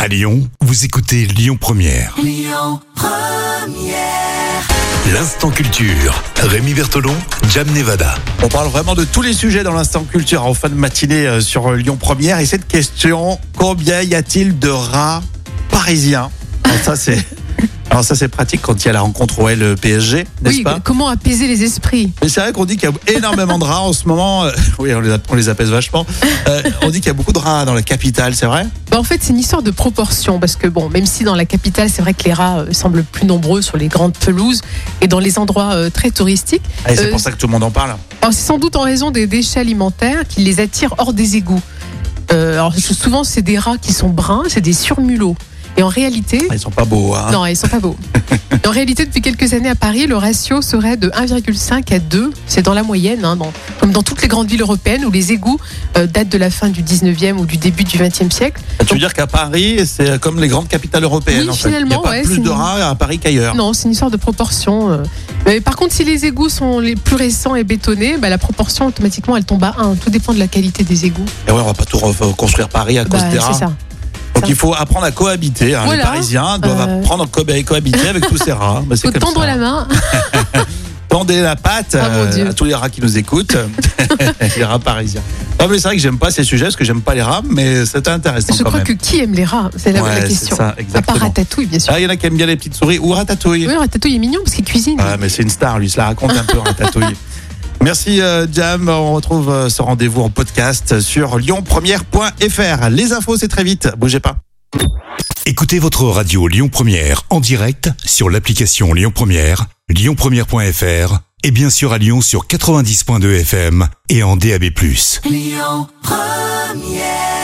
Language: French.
À Lyon, vous écoutez Lyon Première. Lyon Première. L'instant culture. Rémi Bertolon, Jam Nevada. On parle vraiment de tous les sujets dans l'instant culture en fin de matinée sur Lyon Première. Et cette question, combien y a-t-il de rats parisiens ? Alors ça c'est pratique quand il y a la rencontre OL PSG, n'est-ce pas ? Comment apaiser les esprits ? Mais c'est vrai qu'on dit qu'il y a énormément de rats en ce moment. Oui, on les apaise vachement. On dit qu'il y a beaucoup de rats dans la capitale, c'est vrai ? En fait, c'est une histoire de proportion parce que même si dans la capitale, c'est vrai que les rats semblent plus nombreux sur les grandes pelouses et dans les endroits très touristiques. Et c'est pour ça que tout le monde en parle. Alors c'est sans doute en raison des déchets alimentaires qui les attirent hors des égouts. Alors souvent, c'est des rats qui sont bruns, c'est des surmulots. Et en réalité... Ils sont pas beaux, hein ? Non, ils sont pas beaux. Et en réalité, depuis quelques années à Paris, le ratio serait de 1,5 à 2. C'est dans la moyenne, comme dans toutes les grandes villes européennes où les égouts datent de la fin du 19e ou du début du 20e siècle. Tu veux dire qu'à Paris, c'est comme les grandes capitales européennes, oui, en fait. finalement, Il n'y a pas plus de rats à Paris qu'ailleurs. Non, c'est une histoire de proportion. Mais par contre, si les égouts sont les plus récents et bétonnés, la proportion, automatiquement, elle tombe à 1. Tout dépend de la qualité des égouts. Et ouais, on va pas tout reconstruire Paris à cause des rats. C'est ça. Donc il faut apprendre à cohabiter. Voilà. Les Parisiens doivent apprendre à cohabiter avec tous ces rats. Il faut tendre la main. Tendez la patte à tous les rats qui nous écoutent. Les rats parisiens. Non, mais c'est vrai que j'aime pas ces sujets parce que j'aime pas les rats, mais c'était intéressant quand même. Je crois que qui aime les rats ? C'est la question. C'est ça, exactement. À part Ratatouille, bien sûr. Il y en a qui aiment bien les petites souris ou Ratatouille. Oui, Ratatouille est mignon parce qu'il cuisine. Ah, mais c'est une star, lui. Il se la raconte un peu, Ratatouille. Merci Jam, on retrouve ce rendez-vous en podcast sur lyonpremière.fr. Les infos, c'est très vite, bougez pas. Écoutez votre radio Lyon Première en direct sur l'application Lyon Première, lyonpremière.fr et bien sûr à Lyon sur 90.2 FM et en DAB+. Lyon Première.